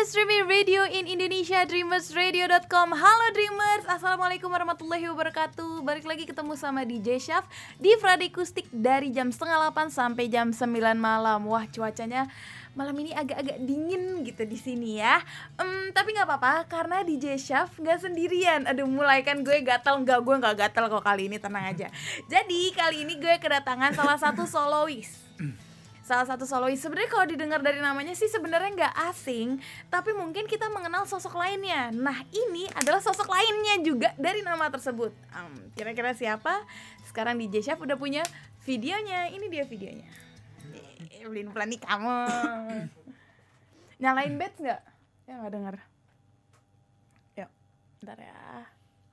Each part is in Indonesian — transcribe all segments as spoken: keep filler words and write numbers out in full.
streaming radio in Indonesia, dreamers radio dot com. Halo Dreamers, assalamualaikum warahmatullahi wabarakatuh. Balik lagi ketemu sama D J Syaf di Friday Kustik dari jam setengah delapan sampai jam sembilan malam. Wah, cuacanya malam ini agak-agak dingin gitu di sini ya. Um, tapi nggak apa-apa karena D J Syaf nggak sendirian. Aduh, mulai kan gue gatal, nggak gue nggak gatal kok kali ini, tenang aja. Jadi kali ini gue kedatangan salah satu solois. Salah satu solois. Sebenarnya kalau didengar dari namanya sih sebenarnya nggak asing, tapi mungkin kita mengenal sosok lainnya. Nah, ini adalah sosok lainnya juga dari nama tersebut. Um, kira-kira siapa? Sekarang D J Syaf udah punya videonya. Ini dia videonya. Eh, Belin pelan nih kamu. Nyalain beds nggak? Ya nggak denger. Yuk, bentar ya.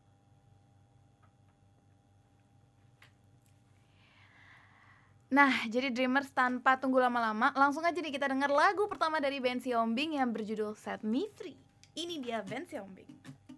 Nah, jadi Dreamers, tanpa tunggu lama-lama, langsung aja nih kita dengar lagu pertama dari band Siombing yang berjudul Set Me Free. Ini dia band Siombing.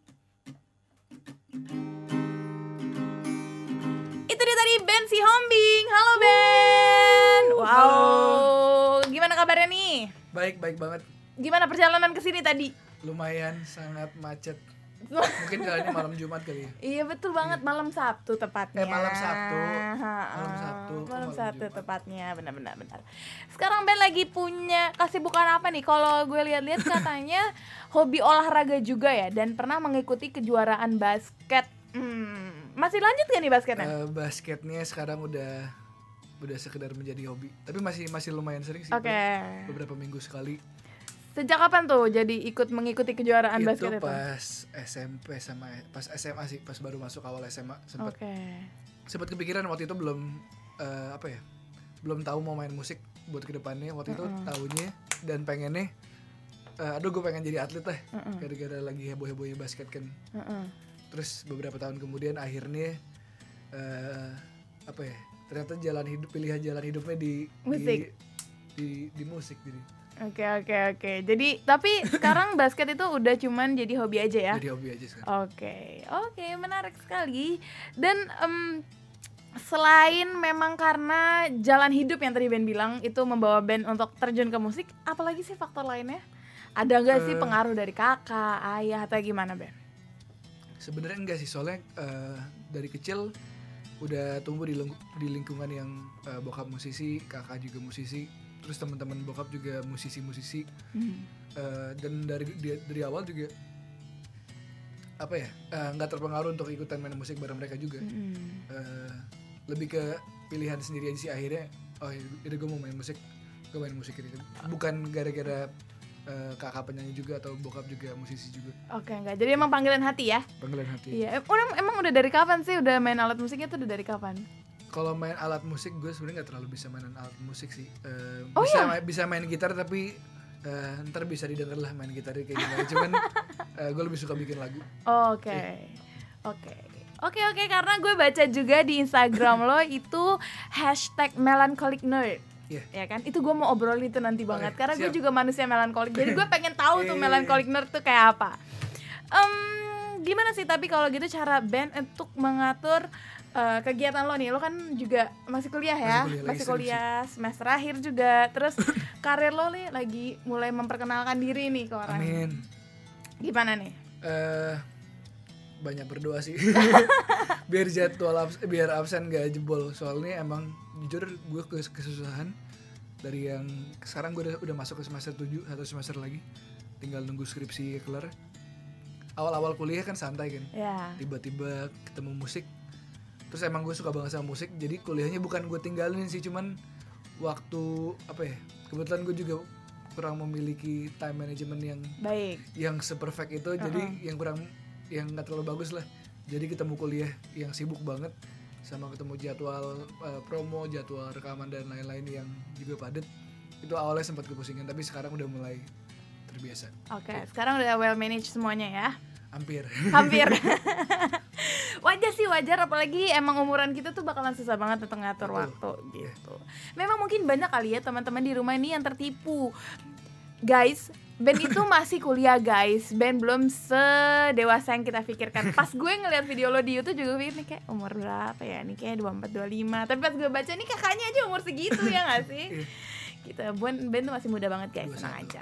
Itu dia tadi band Siombing. Halo band. Wow. Halo. Gimana kabarnya nih? Baik, baik banget. Gimana perjalanan ke sini tadi? Lumayan sangat macet. Mungkin kali ini malam Jumat kali ya. Iya betul banget, malam Sabtu tepatnya. Eh malam Sabtu. Ha-ha. Malam Sabtu. kok Malam Sabtu Jumat? tepatnya, benar-benar benar. Sekarang Ben lagi punya kesibukan apa nih? Kalau gue lihat-lihat katanya hobi olahraga juga ya, dan pernah mengikuti kejuaraan basket. Hmm, masih lanjut gak nih basketnya? Eh, basketnya sekarang udah udah sekedar menjadi hobi. Tapi masih masih lumayan sering sih. Oke. Beberapa minggu sekali. Sejak kapan tuh jadi ikut mengikuti kejuaraan Itu basket itu? pas S M P sama pas S M A sih, pas baru masuk awal S M A sempat Oke. sempat kepikiran waktu itu belum eh, apa ya? Belum tahu mau main musik buat kedepannya. Waktu itu Mm-mm. tahunya dan pengennya eh, aduh gue pengen jadi atlet lah. Mm-mm. Gara-gara lagi heboh-hebohnya basket kan. Mm-mm. Terus beberapa tahun kemudian akhirnya uh, apa ya, ternyata jalan hidup pilihan jalan hidupnya di Musik. di, di, di musik jadi Oke oke oke. Jadi tapi sekarang basket itu udah cuman jadi hobi aja ya? jadi hobi aja sekarang. Oke, oke, menarik sekali. Dan em, selain memang karena jalan hidup yang tadi Ben bilang itu membawa Ben untuk terjun ke musik, apalagi sih faktor lainnya? Ada nggak sih Eh. pengaruh dari kakak, ayah, atau gimana Ben? Sebenarnya enggak sih, soalnya uh, dari kecil udah tumbuh di, ling- di lingkungan yang uh, bokap musisi, kakak juga musisi, terus teman-teman bokap juga musisi-musisi. Hmm. Uh, dan dari di- dari awal juga apa ya, uh, nggak terpengaruh untuk ikutan main musik bareng mereka juga. Hmm. Uh, lebih ke pilihan sendiri aja sih akhirnya. Oh ya gue mau main musik, gue main musik ini. Bukan gara-gara uh, kakak penyanyi juga atau bokap juga musisi juga. Oke, enggak. Jadi emang panggilan hati ya? Panggilan hati. Iya. Em- Udah, emang udah dari kapan sih udah main alat musiknya tuh udah dari kapan? Kalau main alat musik gue sebenarnya nggak terlalu bisa mainan alat musik sih. Uh, Oh, bisa iya? ma- bisa main gitar tapi uh, ntar bisa didengar lah main gitarnya kayak gimana. Cuman uh, gue lebih suka bikin lagu. Oke, oke, oke oke karena gue baca juga di Instagram lo itu hashtag melancholic nerd, Iya. ya kan? Itu gue mau obrolin itu nanti banget Oke, karena gue siap. juga manusia melankolik, jadi gue pengen tahu tuh Iya, iya, melancholic nerd tuh kayak apa. Em, gimana sih tapi kalau gitu cara band untuk mengatur eh, kegiatan lo nih? Lo kan juga masih kuliah ya, Masih kuliah, lagi masih kuliah semester akhir juga, terus karir lo nih lagi mulai memperkenalkan diri nih ke orang. Amin. Gimana nih? Eh banyak berdoa sih biar jadwal abs- biar absen gak jebol, soalnya emang jujur gue kes- kesusahan dari yang sekarang gue udah, udah masuk ke semester tujuh, satu semester lagi tinggal nunggu skripsi kelar. Awal-awal kuliah kan santai kan, Ya. tiba-tiba ketemu musik, terus emang gue suka banget sama musik, jadi kuliahnya bukan gue tinggalin sih, cuman waktu apa ya, kebetulan gue juga kurang memiliki time management yang Baik. yang seperfect itu, jadi yang kurang, yang nggak terlalu bagus lah. Jadi ketemu kuliah yang sibuk banget, sama ketemu jadwal uh, promo, jadwal rekaman dan lain-lain yang juga padat. Itu awalnya sempat kepusingan, tapi sekarang udah mulai terbiasa. Oke, sekarang udah well managed semuanya ya. Hampir. Hampir. Wajar sih, wajar, apalagi emang umuran kita tuh bakalan susah banget untuk ngatur Betul. waktu gitu. Memang mungkin banyak kali ya teman-teman di rumah ini yang tertipu. Guys, Ben itu masih kuliah guys. Ben belum sedewasa yang kita pikirkan. Pas gue ngeliat video lo di YouTube juga pikir nih kayak umur berapa ya? Nih kayak dua puluh empat dua puluh lima. Tapi pas gue baca nih kakaknya aja umur segitu ya gak sih? Gitu. Ben, Ben tuh masih muda banget guys, tenang aja.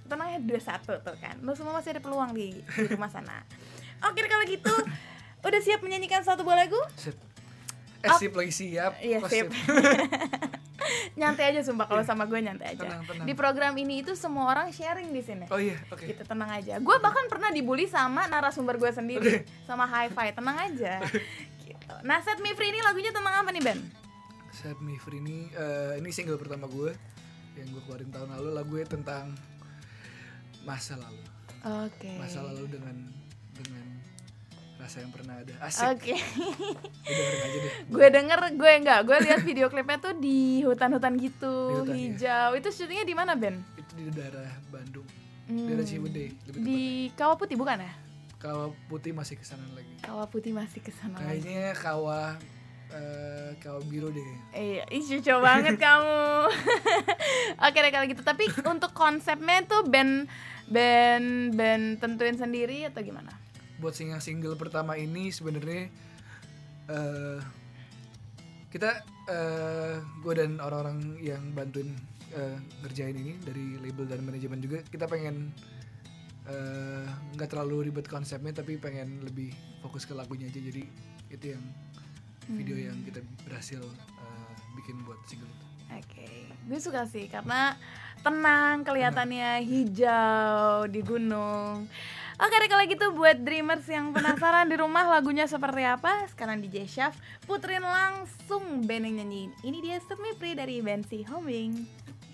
tenang ya, dua satu tuh kan. Lo semua masih ada peluang di, di rumah sana. Oke kalau gitu, udah siap menyanyikan satu buah lagu? Sip. Eh Oh. sip lagi siap. Iya Oh, sip. Nyantai aja sumpah, kalau sama gue nyantai aja. Tenang, tenang. Di program ini itu semua orang sharing di sini. Oh iya, oke. Gitu, tenang aja. Gue bahkan pernah dibully sama narasumber gue sendiri, sama Hi-Fi. Tenang aja. Gitu. Nah, Set Me Free ini lagunya tentang apa nih, Ben? Set Me Free ini eh, ini single pertama gue yang gue keluarin tahun lalu. Lagunya tentang masa lalu. Oke. Masa lalu dengan dengan rasa yang pernah ada. Asik. Oke. Udah dengerin aja deh. Gue denger, gue enggak. Gue lihat video klipnya tuh di hutan-hutan gitu, Di hutan, hijau. Itu syutingnya di mana, Ben? Itu di daerah Bandung. Hmm. Daerah Ciwidey lebih Di Kawah Putih bukan ya? Kawah Putih masih kesana lagi. Kawah Putih masih kesana lagi. Kayaknya kawah eh, kawah biru deh. Iya, ih cucu banget kamu. Oke deh kalau gitu. Tapi untuk konsepnya tuh band band band tentuin sendiri atau gimana? Buat single single pertama ini sebenarnya eh kita eh gue dan orang-orang yang bantuin eh, ngerjain ini dari label dan manajemen juga, kita pengen nggak uh, terlalu ribet konsepnya tapi pengen lebih fokus ke lagunya aja. Jadi itu yang video hmm. yang kita berhasil uh, bikin buat single itu. Oke, okay. Gue suka sih karena tenang kelihatannya, hijau di gunung. Oke deh kalau gitu, buat Dreamers yang penasaran di rumah lagunya seperti apa, sekarang D J Syaf puterin langsung band yang nyanyiin. Ini dia Set Me Free dari band Si Homing.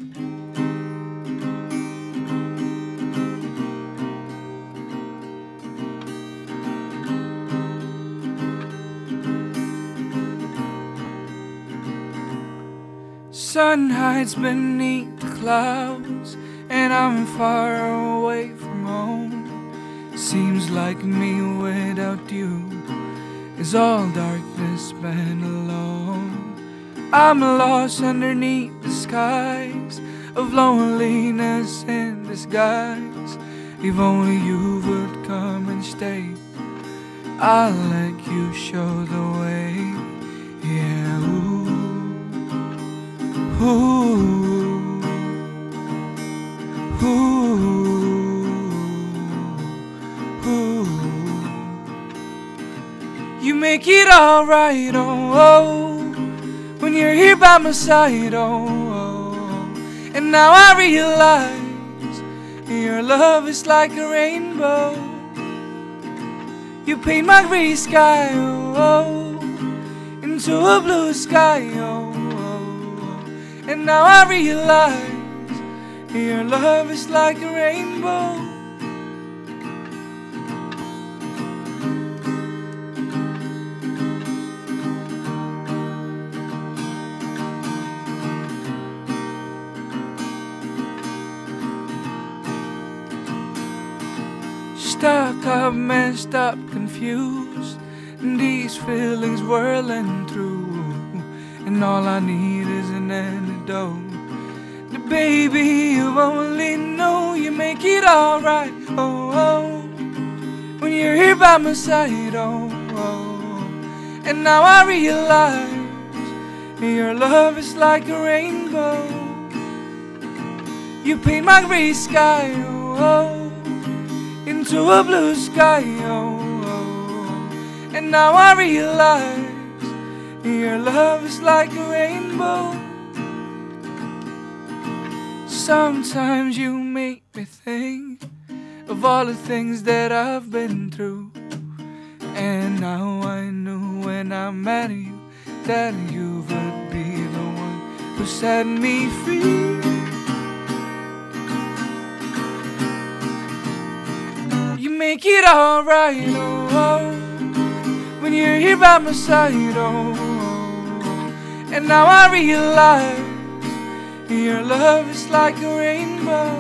Sun hides beneath the clouds, and I'm far away from home. Seems like me without you is all darkness been alone. I'm lost underneath the skies of loneliness in disguise. If only you would come and stay, I'll let you show the way. Yeah, ooh. Ooh, ooh, ooh. You make it alright, oh, oh, when you're here by my side, oh, oh. And now I realize your love is like a rainbow. You paint my gray sky, oh, oh, into a blue sky, oh. And now I realize your love is like a rainbow. Stuck up, messed up, confused, and these feelings whirling through. And all I need is an antidote. The baby, you only know you make it alright, oh, oh, when you're here by my side, oh, oh. And now I realize your love is like a rainbow. You paint my gray sky, oh, oh, into a blue sky, oh, oh. And now I realize your love is like a rainbow. Sometimes you make me think of all the things that I've been through. And now I knew when I met you that you would be the one who set me free. You make it alright, oh, oh, when you're here by my side, oh, oh. And now I realize your love is like a rainbow.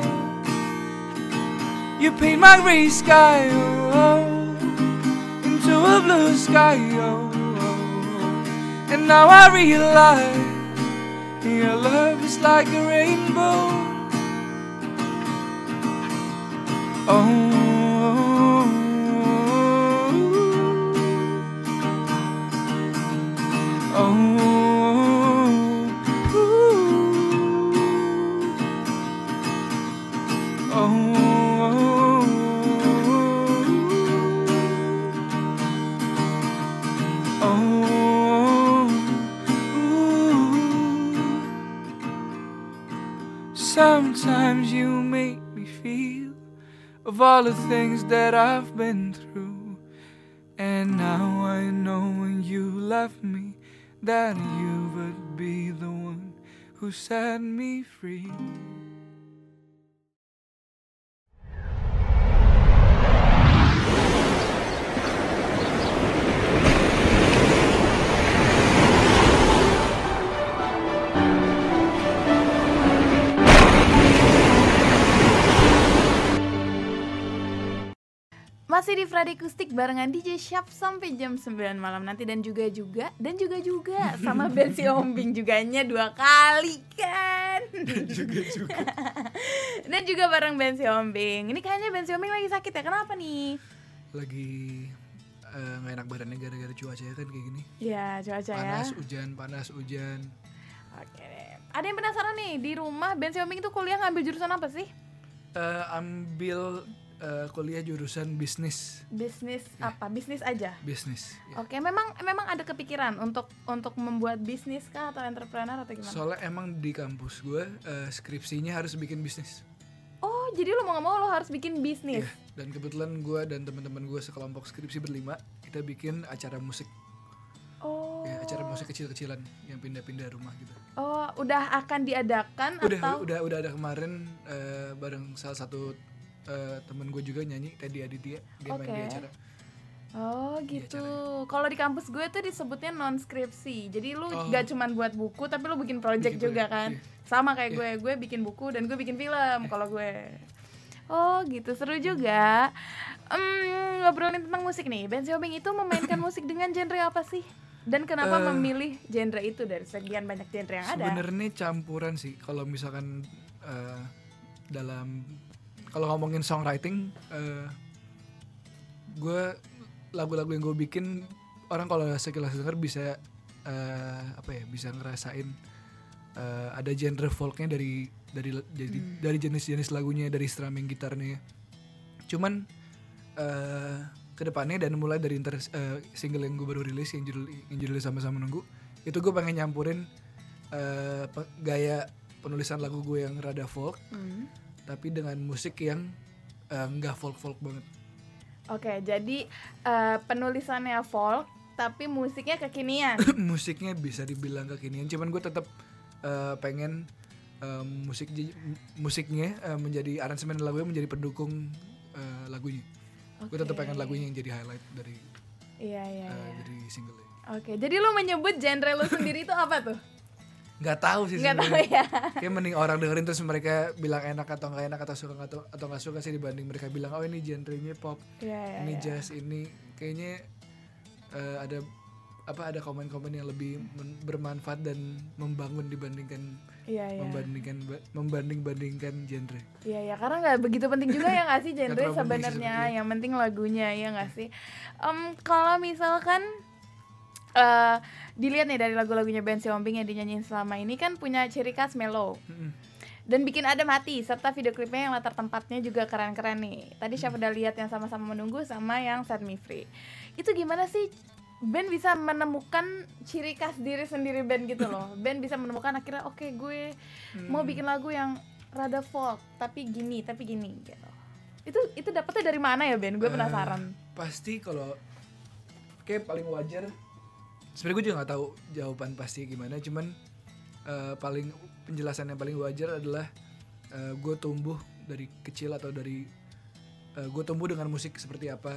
You paint my gray sky, oh, oh, into a blue sky, oh, oh. And now I realize your love is like a rainbow. Oh, oh, oh, oh. Sometimes you make me feel of all the things that I've been through. And now I know when you left me that you would be the one who set me free. Masih di Friday Acoustic barengan D J Syaf sampai jam sembilan malam nanti. Dan juga juga Dan juga juga sama Ben Siombing juganya dua kali kan. Dan juga juga Dan juga bareng Ben Siombing. Ini kayaknya Ben Siombing lagi sakit ya, kenapa nih? Lagi uh, gak enak badannya gara-gara cuaca ya kan kayak gini. Iya cuaca ya. Panas hujan, panas hujan. Oke deh. Ada yang penasaran nih, di rumah Ben Siombing itu kuliah ngambil jurusan apa sih? Uh, ambil Uh, kuliah jurusan bisnis. Bisnis ya. Apa? Bisnis aja? Bisnis. Ya. Oke, memang memang ada kepikiran untuk untuk membuat bisnis kah atau entrepreneur atau gimana? Soalnya emang di kampus gue uh, skripsinya harus bikin bisnis. Oh, jadi lo mau nggak mau lo harus bikin bisnis? Ya. Dan kebetulan gue dan teman-teman gue sekelompok skripsi berlima kita bikin acara musik. Oh. Ya, acara musik kecil-kecilan yang pindah-pindah rumah gitu. Oh, udah akan diadakan udah, atau? Udah, udah ada kemarin uh, bareng salah satu Uh, temen gue juga nyanyi, Teddy Aditya, dia okay. main di acara. Oh gitu. Kalau di kampus gue tuh disebutnya non skripsi. Jadi lu oh. gak cuman buat buku tapi lu bikin project bikin juga project. Kan. Yeah. Sama kayak yeah. gue, gue bikin buku dan gue bikin film yeah. kalau gue. Oh gitu, seru juga. Um, ngobrolin tentang musik nih, Ben Siombing itu memainkan musik dengan genre apa sih? Dan kenapa uh, memilih genre itu dari sekian banyak genre yang ada? Sebenarnya campuran sih. Kalau misalkan uh, dalam kalau ngomongin songwriting, uh, gue lagu-lagu yang gue bikin orang kalau sekilas denger bisa uh, apa ya bisa ngerasain uh, ada genre folknya dari dari dari, hmm. dari jenis-jenis lagunya, dari strumming gitarnya. Cuman uh, kedepannya dan mulai dari inter, uh, single yang gue baru rilis yang judul yang judulnya Sama-Sama Nunggu, itu gue pengen nyampurin uh, pe- gaya penulisan lagu gue yang rada folk. Hmm. Tapi dengan musik yang nggak uh, folk-folk banget. Oke, jadi uh, penulisannya folk, tapi musiknya kekinian. Musiknya bisa dibilang kekinian, cuman gue tetap uh, pengen uh, musik musiknya uh, menjadi aransemen lagunya menjadi pendukung uh, lagunya. Okay. Gue tetap pengen lagunya yang jadi highlight dari iya, iya, uh, iya. dari single. Oke, jadi lo menyebut genre lo sendiri itu apa tuh? Nggak tahu sih sebenarnya. Nggak tahu ya. Kayak mending orang dengerin terus mereka bilang enak atau nggak enak atau suka atau atau nggak suka sih dibanding mereka bilang oh ini genrenya pop, yeah, yeah, ini yeah. jazz, ini kayaknya uh, ada apa ada komen-komen yang lebih men- bermanfaat dan membangun dibandingkan yeah, yeah. membandingkan ba- membanding-bandingkan genre. Iya yeah, ya yeah. Karena nggak begitu penting juga ya nggak sih genre sebenarnya, yang penting lagunya ya nggak sih. Um, kalau misalkan Uh, dilihat nih dari lagu-lagunya Ben Siombing yang dinyanyiin selama ini kan punya ciri khas mellow mm-hmm. dan bikin adem hati, serta video klipnya yang latar tempatnya juga keren-keren nih. Tadi siapa udah lihat yang Sama-Sama Menunggu sama yang Set Me Free. Itu gimana sih Ben bisa menemukan ciri khas diri sendiri Ben gitu loh. Ben bisa menemukan akhirnya oke okay, gue mm. mau bikin lagu yang rada folk tapi gini tapi gini gitu. Itu itu dapetnya dari mana ya Ben? Gue penasaran. Uh, pasti kalau kayak paling wajar. Sebenarnya gue juga nggak tahu jawaban pasti gimana, cuman uh, paling penjelasan yang paling wajar adalah uh, gue tumbuh dari kecil atau dari uh, gue tumbuh dengan musik seperti apa,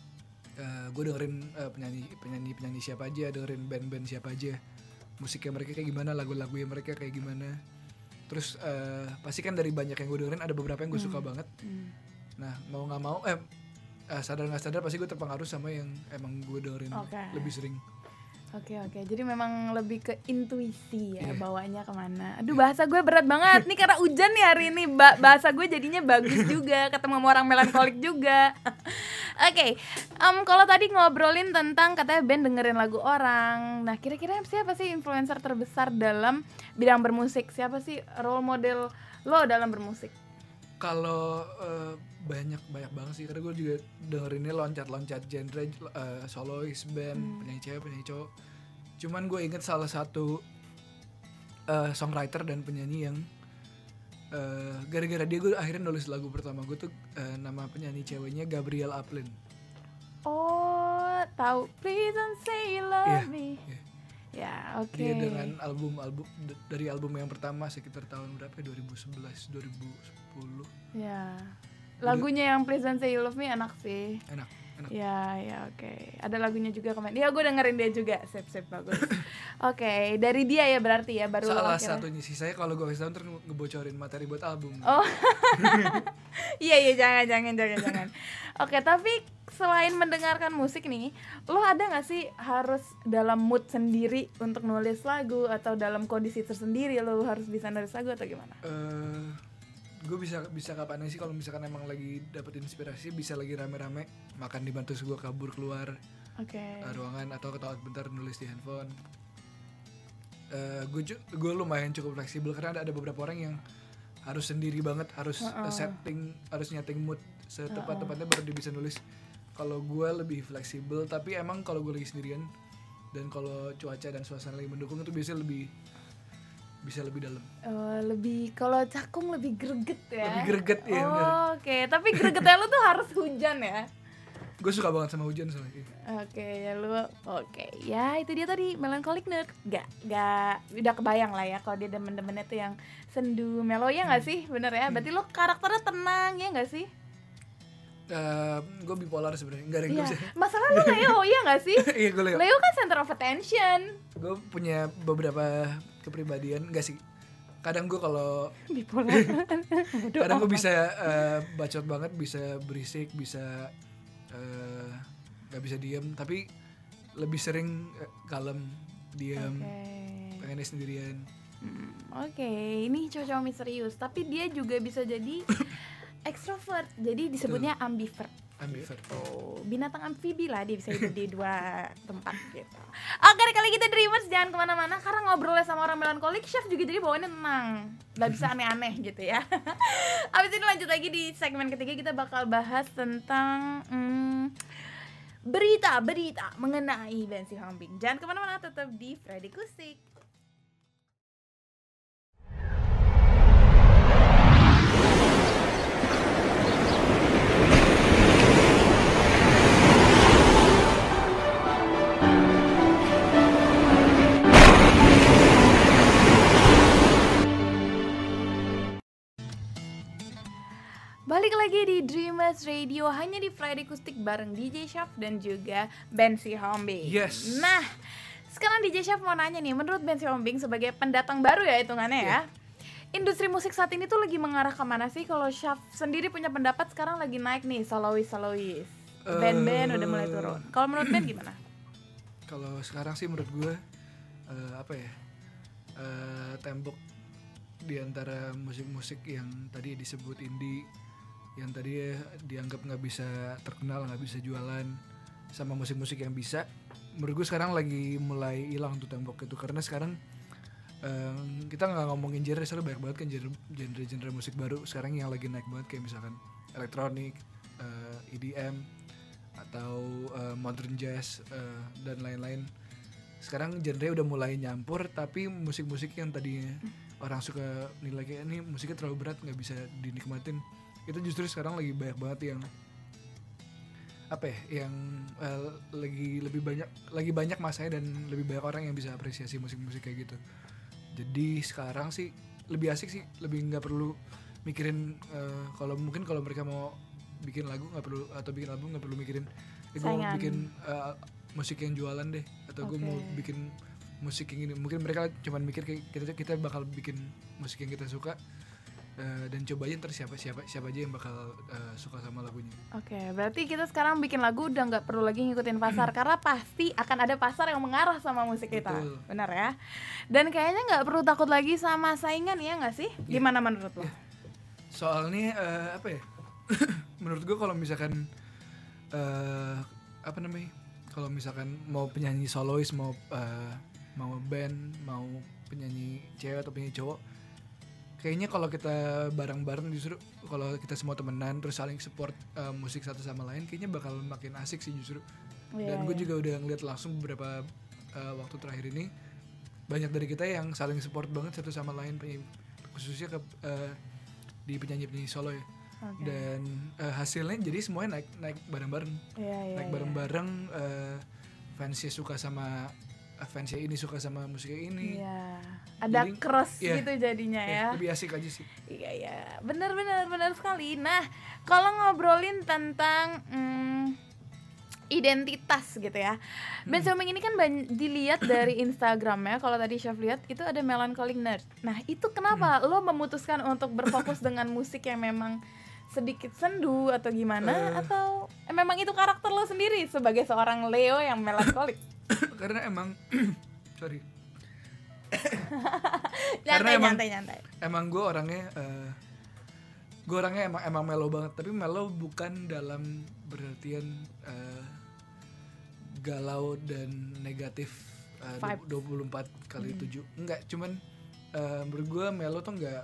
uh, gue dengerin uh, penyanyi penyanyi penyanyi siapa aja, dengerin band-band siapa aja, musiknya mereka kayak gimana, lagu-lagunya mereka kayak gimana, terus uh, pasti kan dari banyak yang gue dengerin ada beberapa yang gue hmm. suka banget, hmm. nah mau nggak mau eh uh, sadar nggak sadar pasti gue terpengaruh sama yang emang gue dengerin okay. lebih sering. Oke oke, jadi memang lebih ke intuisi ya, yeah. bawanya kemana. Aduh bahasa gue berat banget, nih karena hujan nih hari ini, ba- bahasa gue jadinya bagus juga, ketemu sama orang melankolik juga. Oke, okay, um, kalau tadi ngobrolin tentang katanya Ben dengerin lagu orang, nah kira-kira siapa sih influencer terbesar dalam bidang bermusik? Siapa sih role model lo dalam bermusik? Kalau uh, banyak banyak banget sih, karena gue juga dengerinnya loncat-loncat genre, uh, soloist, band, hmm. penyanyi cewek, penyanyi cowok. Cuman gue inget salah satu uh, songwriter dan penyanyi yang uh, gara-gara dia gue akhirnya nulis lagu pertama gue tuh uh, nama penyanyi ceweknya Gabrielle Aplin. Oh, tahu Please Don't Say You Love yeah, Me. Yeah. Ya, oke. Okay. Dia dengan album album dari album yang pertama sekitar tahun berapa ya? dua ribu sebelas, dua ribu sepuluh. Ya. Lagunya yang Please Don't Say You Love Me enak sih. Enak. enak. Ya, ya oke. Okay. Ada lagunya juga kemarin. Ya, gue dengerin dia juga. Sip-sip bagus. Oke, okay. Dari dia ya berarti ya baru salah akhirnya. Satunya sih saya kalau gue kasih tahu ntar ngebocorin materi buat album. Oh. Iya, iya jangan jangan jangan jangan. Oke, okay, tapi selain mendengarkan musik nih, lo ada nggak sih harus dalam mood sendiri untuk nulis lagu atau dalam kondisi tersendiri lo harus bisa nulis lagu atau gimana? Uh, gue bisa bisa kapan sih kalau misalkan emang lagi dapet inspirasi bisa lagi rame-rame makan di bantu gue kabur keluar okay. uh, ruangan atau ketawa bentar nulis di handphone. Uh, gue gue lumayan cukup fleksibel karena ada, ada beberapa orang yang harus sendiri banget harus uh-uh. setting harus nyeting mood setepat-tepatnya uh-uh. baru dia bisa nulis. Kalau gue lebih fleksibel, tapi emang kalau gue lagi sendirian dan kalau cuaca dan suasana lagi mendukung itu biasanya lebih bisa lebih dalam. Uh, lebih kalau cakung lebih greget ya. Lebih greget ya. Oh, oke, okay. Tapi gregetnya lu tuh harus hujan ya. Gue suka banget sama hujan soalnya. Oke, okay, ya lu. Oke, okay. Ya itu dia tadi Melancholic Nerd. Gak, gak udah kebayang lah ya kalau dia demen-demennya tuh yang sendu, melo ya nggak hmm. sih, bener ya? Berarti hmm. lu karakternya tenang ya nggak sih? Uh, gue bipolar sebenarnya, nggak ada yang yeah. bisa. Masalah lu Leo ya nggak sih? Iya gue Leo. Leo kan center of attention. Gue punya beberapa kepribadian, nggak sih. Kadang gue kalau bipolar. kadang gue bisa uh, bacot banget, bisa berisik, bisa nggak uh, bisa diem. Tapi lebih sering uh, kalem, diem, okay. pengennya sendirian. Hmm, Oke, okay. Ini cowok-cowok misterius. Tapi dia juga bisa jadi extrovert, jadi disebutnya ambivert. Ambivert. Oh, binatang amfibi lah, dia bisa hidup di dua tempat gitu. Oke, kali kita Dreamers jangan kemana-mana karena ngobrolnya sama orang melankolik, Chef juga jadi bawaannya tenang, nggak bisa aneh-aneh gitu ya. Abis ini lanjut lagi di segmen ketiga kita bakal bahas tentang hmm, berita-berita mengenai Ben Sihombing. Jangan kemana-mana, tetap di Friday Kustik. Balik lagi di Dreamers Radio hanya di Friday Kustik bareng D J Chef dan juga Ben Sihombing. Yes. Nah, sekarang D J Chef mau nanya nih, menurut Ben Sihombing sebagai pendatang baru ya hitungannya yeah. ya, industri musik saat ini tuh lagi mengarah kemana sih? Kalau Chef sendiri punya pendapat sekarang lagi naik nih solois-solois, uh, band-band udah mulai turun. Kalau menurut Ben gimana? Kalau sekarang sih menurut gue uh, apa ya uh, tembok di antara musik-musik yang tadi disebut indie, yang tadi ya dianggap nggak bisa terkenal, nggak bisa jualan, sama musik-musik yang bisa, menurut gue sekarang lagi mulai hilang tuh tembok itu. Karena sekarang um, kita nggak ngomongin genre, soalnya banyak banget kan genre-genre musik baru sekarang yang lagi naik banget, kayak misalkan elektronik, uh, E D M atau uh, modern jazz uh, dan lain-lain. Sekarang genre udah mulai nyampur, tapi musik-musik yang tadinya orang suka nilai kayak ini musiknya terlalu berat, nggak bisa dinikmatin, itu justru sekarang lagi banyak banget yang apa ya, yang uh, lagi lebih banyak lagi banyak masanya dan lebih banyak orang yang bisa apresiasi musik-musik kayak gitu. Jadi sekarang sih lebih asik sih, lebih nggak perlu mikirin uh, kalau mungkin kalau mereka mau bikin lagu nggak perlu, atau bikin album nggak perlu mikirin eh, gue mau bikin uh, musik yang jualan deh, atau okay. gue mau bikin musik yang ini. Mungkin mereka cuma mikir kayak kita kita bakal bikin musik yang kita suka, uh, dan coba aja ntar siapa siapa siapa aja yang bakal uh, suka sama lagunya. Oke, okay, berarti kita sekarang bikin lagu udah nggak perlu lagi ngikutin pasar karena pasti akan ada pasar yang mengarah sama musik kita. Betul. Benar ya. Dan kayaknya nggak perlu takut lagi sama saingan ya nggak sih? Gimana yeah. menurut lo? Yeah. Soalnya uh, apa ya? Menurut gue kalau misalkan uh, apa namanya? Kalau misalkan mau penyanyi solois, mau uh, mau band, mau penyanyi cewek atau penyanyi cowok, kayaknya kalau kita bareng-bareng justru kalau kita semua temenan terus saling support uh, musik satu sama lain, kayaknya bakal makin asik sih justru. Yeah, dan gue yeah. juga udah ngeliat langsung beberapa uh, waktu terakhir ini banyak dari kita yang saling support banget satu sama lain, khususnya ke uh, di penyanyi-penyanyi solo ya. Okay. Dan uh, hasilnya jadi semuanya naik naik bareng-bareng. Yeah, yeah, naik bareng-bareng uh, fansnya suka sama uh, fansnya ini suka sama musiknya ini. Iya. Ada Jadi, cross yeah, gitu jadinya yeah, ya. lebih asik aja sih. Iya ya, benar-benar benar sekali. Nah, kalau ngobrolin tentang hmm, identitas gitu ya, band Xiaoming ini kan ban- dilihat dari Instagramnya. Kalau tadi Chef lihat itu ada Melancholic Nerd. Nah, itu kenapa hmm. lo memutuskan untuk berfokus dengan musik yang memang sedikit sendu atau gimana? Uh, atau eh, memang itu karakter lo sendiri sebagai seorang Leo yang melankolik? Karena emang sorry. nyantai, Karena emang, nyantai, nyantai. Emang gue orangnya, uh, gue orangnya emang emang mellow banget. Tapi mellow bukan dalam berartian uh, galau dan negatif uh, dua puluh empat kali tujuh. Enggak, cuman uh, menurut gue mellow tuh enggak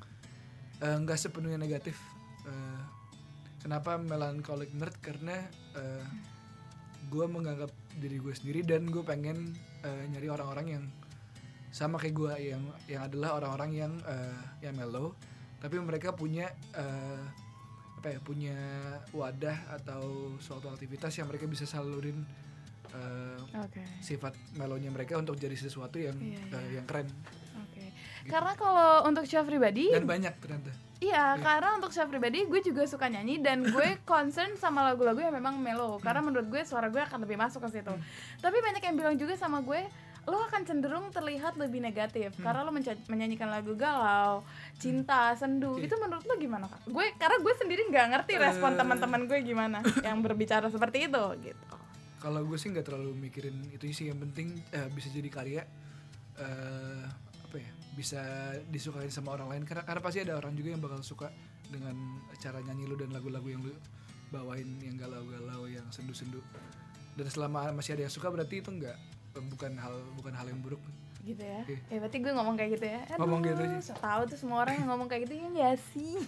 uh, enggak sepenuhnya negatif. Uh, kenapa Melancholic Nerd? Karena uh, gue menganggap diri gue sendiri dan gue pengen uh, nyari orang-orang yang sama kayak gue, yang yang adalah orang-orang yang uh, yang mellow, tapi mereka punya uh, apa ya, punya wadah atau suatu aktivitas yang mereka bisa salurin uh, okay. sifat mellownya mereka untuk jadi sesuatu yang yeah, yeah. Uh, yang keren. Okay. Gitu. Karena kalau untuk Chef pribadi dan banyak ternyata. Iya, yeah. karena untuk Chef pribadi gue juga suka nyanyi dan gue concern sama lagu-lagu yang memang mellow. Karena menurut gue suara gue akan lebih masuk ke situ. Hmm. Tapi banyak yang bilang juga sama gue, lo akan cenderung terlihat lebih negatif hmm. karena lo menca- menyanyikan lagu galau, cinta, sendu. Okay. Itu menurut lo gimana, Kak? Gue karena gue sendiri nggak ngerti respon uh, teman-teman gue gimana yang berbicara seperti itu gitu. Kalau gue sih nggak terlalu mikirin itu sih, yang penting uh, bisa jadi karya, uh, apa ya, bisa disukain sama orang lain, karena karena pasti ada orang juga yang bakal suka dengan cara nyanyi lo dan lagu-lagu yang lo bawain yang galau-galau, yang sendu-sendu. Dan selama masih ada yang suka berarti itu nggak bukan hal bukan hal yang buruk gitu ya. Okay. Ya berarti gue ngomong kayak gitu ya. Aduh, ngomong gitu aja. Tahu tuh semua orang yang ngomong kayak gitu ya nggak sih?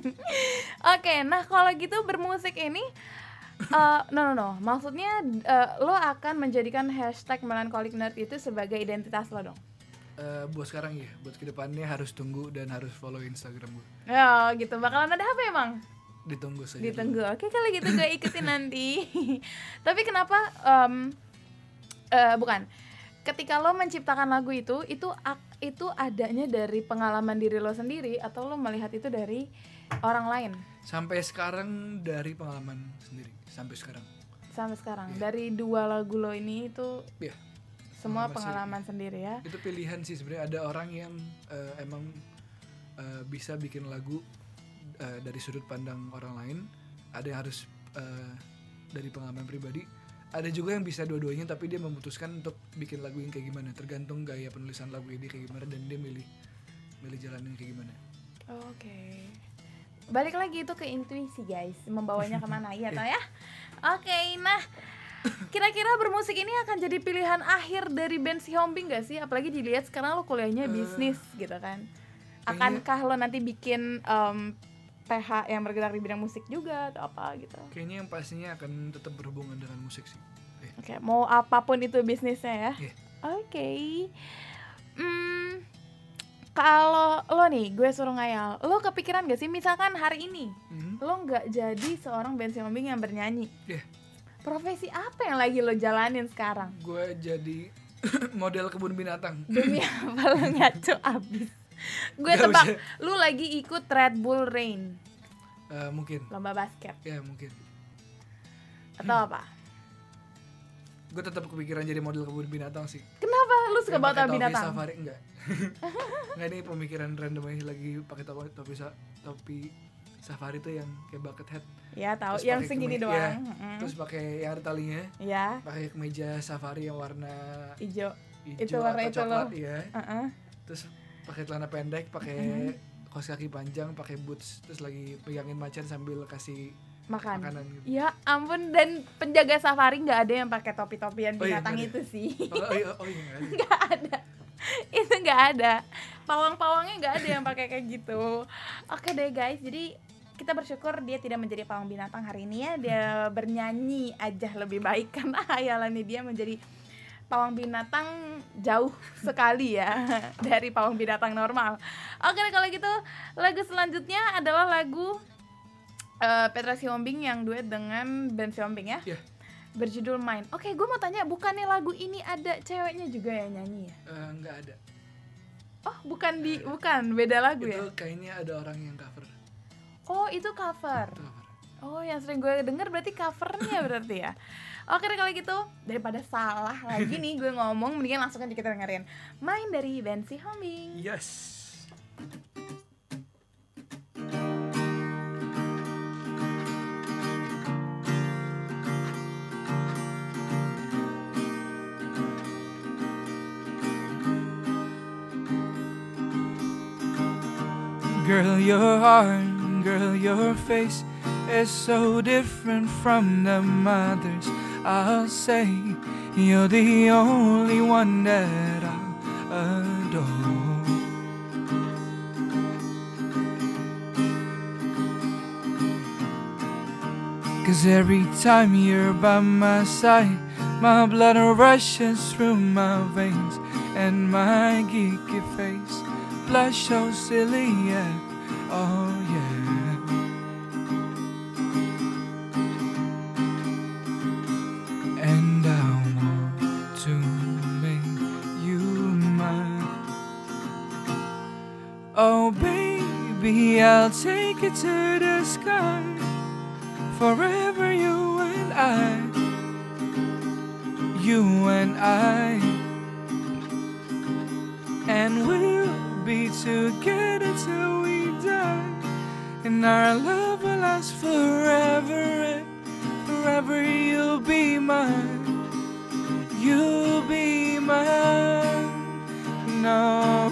Oke, okay, nah kalau gitu bermusik ini uh, no no no, maksudnya uh, lo akan menjadikan hashtag Melancholic Nerd itu sebagai identitas lo dong? Uh, buat sekarang ya, buat kedepannya harus tunggu dan harus follow Instagram gue. Ya gitu, bakalan ada apa emang? Ditunggu saja. Ditunggu, oke kalau gitu gue ikutin nanti. Tapi kenapa? Um, Uh, bukan, ketika lo menciptakan lagu itu, itu itu adanya dari pengalaman diri lo sendiri atau lo melihat itu dari orang lain? Sampai sekarang dari pengalaman sendiri, sampai sekarang. Sampai sekarang, yeah. Dari dua lagu lo ini itu yeah. semua pengalaman sendiri ya? Itu pilihan sih sebenarnya. Ada orang yang uh, emang uh, bisa bikin lagu uh, dari sudut pandang orang lain, ada yang harus uh, dari pengalaman pribadi. Ada juga yang bisa dua-duanya tapi dia memutuskan untuk bikin lagu yang kayak gimana, tergantung gaya penulisan lagu ini kayak gimana dan dia milih milih jalannya kayak gimana. Oke. Okay. Balik lagi itu ke intuisi guys, membawanya kemana ya toh ya. Oke, okay, nah kira-kira bermusik ini akan jadi pilihan akhir dari band Xiaoming gak sih? Apalagi dilihat sekarang lo kuliahnya bisnis uh, gitu kan. Akankah lo nanti bikin um, P H yang bergerak di bidang musik juga atau apa gitu? Kayaknya yang pastinya akan tetap berhubungan dengan musik sih. Eh. Oke, okay, mau apapun itu bisnisnya ya. Yeah. Oke. Okay. Hmm, kalau lo nih, gue suruh ngayal, lo kepikiran gak sih misalkan hari ini mm-hmm. lo nggak jadi seorang band Xiaoming yang bernyanyi? Yeah. Profesi apa yang lagi lo jalanin sekarang? Gue jadi model kebun binatang. Demi apa lo ngaco abis? Gue tebak, usah. Lu lagi ikut Red Bull Rain. Uh, mungkin. Lomba basket. Ya mungkin. Atau hmm. apa? Gue tetap kepikiran jadi model kebun binatang sih. Kenapa? Lu suka banget sama binatang? Safari enggak? Enggak, ini pemikiran random aja, lagi pakai topi topi topi safari tuh yang kayak bucket hat. Ya tahu, yang segini keme- doang. Ya, mm. Terus pakai yang ada talinya. Ya. Pakai kemeja safari yang warna hijau. Hijau itu warna atau itu coklat loh. Ya. Uh-uh. Terus pakai celana pendek, pakai mm-hmm. kaos kaki panjang, pakai boots, terus lagi pegangin macan sambil kasih makan. Makanan gitu. Ya ampun, dan penjaga safari nggak ada yang pakai topi-topian binatang oh, iya, itu sih. Oh, oh, iya, oh, iya, nggak ada. Itu nggak ada. Pawang-pawangnya nggak ada yang pakai kayak gitu. Oke deh guys, jadi kita bersyukur dia tidak menjadi pawang binatang hari ini ya. Dia bernyanyi aja lebih baik karena hayalannya dia menjadi pawang binatang jauh sekali ya dari pawang binatang normal. Oke kalau gitu lagu selanjutnya adalah lagu uh, Petra Sihombing yang duet dengan Ben Sihombing ya. Yeah. Berjudul Mine. Oke, gue mau tanya, bukannya lagu ini ada ceweknya juga yang nyanyi ya? Uh, nggak ada. Oh, bukan di, bukan beda lagu itu ya? Itu kayaknya ada orang yang cover. Oh, itu cover. Itu cover. Oh, yang sering gue denger berarti covernya berarti ya. Oke deh kalau gitu, daripada salah lagi nih gue ngomong, mendingan langsung aja kita dengerin Mine dari Ben Sihombing. Yes. Girl, your heart, girl, your face is so different from the others. I'll say you're the only one that I'll adore. Cause every time you're by my side, my blood rushes through my veins, and my geeky face blush so silly, yeah, oh yeah. And I want to make you mine. Oh baby, I'll take it to the sky. Forever you and I, you and I. And we'll be together till we die, and our love will last forever, and forever you'll be mine, you'll be mine. No,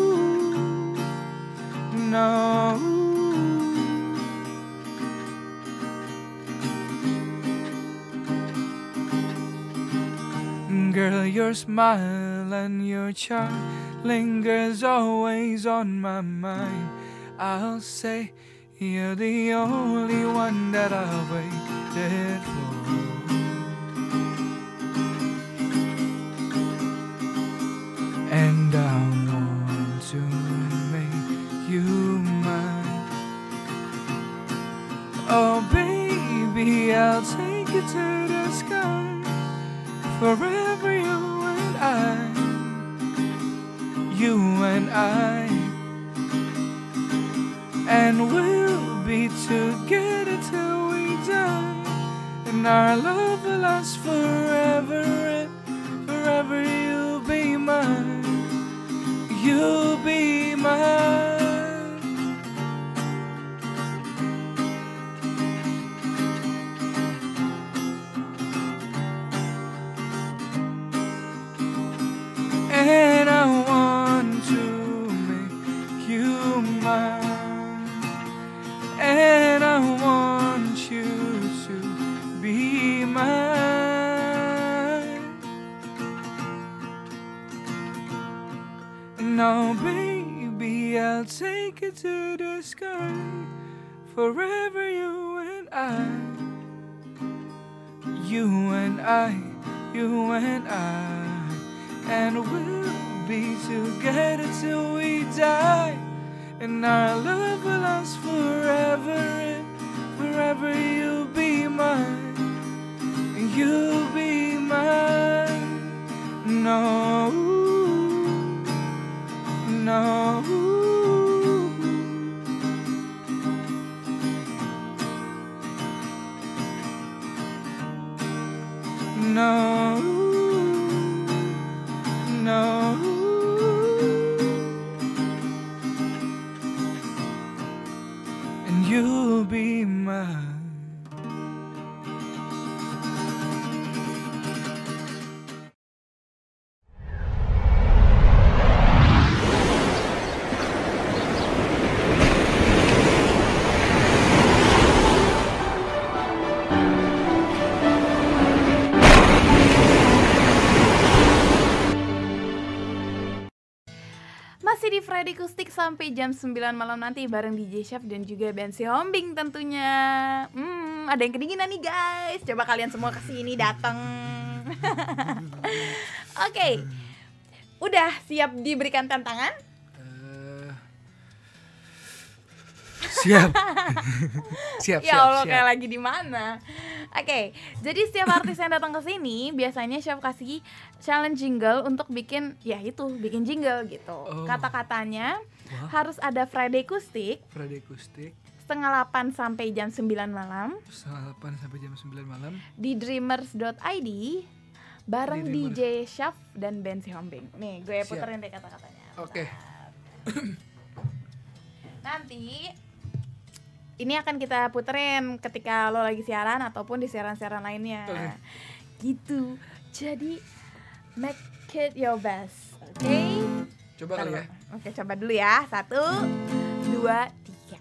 no. Girl, your smile and your charm lingers always on my mind. I'll say you're the only one that I've waited for. And I want to make you mine. Oh baby, I'll take you to the sky. Forever you and I, you and I. And we'll be together till we die, and our love will last forever, and forever you'll be mine, you'll be mine. And I want to make you mine, and I want you to be mine. Now baby, I'll take it to the sky. Forever you and I, you and I, you and I. And we'll be together till we die, and our love will last forever, and forever you'll be mine, you'll be mine. No, no. No, no. And you'll be mine. Masih di Friday Kustik sampai jam sembilan malam nanti bareng D J Chef dan juga Ben Sihombing tentunya. Hmm, ada yang kedinginan nih guys. Coba kalian semua kesini datang. Oke, udah siap diberikan tantangan? Eh, siap. siap, Ya siap, Allah, siap. kayak lagi di mana? Oke, jadi setiap artis yang datang ke sini biasanya Chef kasih challenge jingle untuk bikin, ya itu, bikin jingle gitu. Oh. Kata-katanya Wah. harus ada Friday Kustik Friday Kustik setengah delapan sampai jam sembilan malam setengah delapan sampai jam sembilan malam di dreamers dot i d bareng Di D J Syaf dan Ben Sihombing. Nih, gue Siap. puterin deh kata-katanya. Oke. Nanti ini akan kita puterin ketika lo lagi siaran ataupun di siaran-siaran lainnya. Oke. Gitu. Jadi make it your best. Oke. Okay? Coba kali ya. Oke, coba dulu ya. Satu, dua, tiga.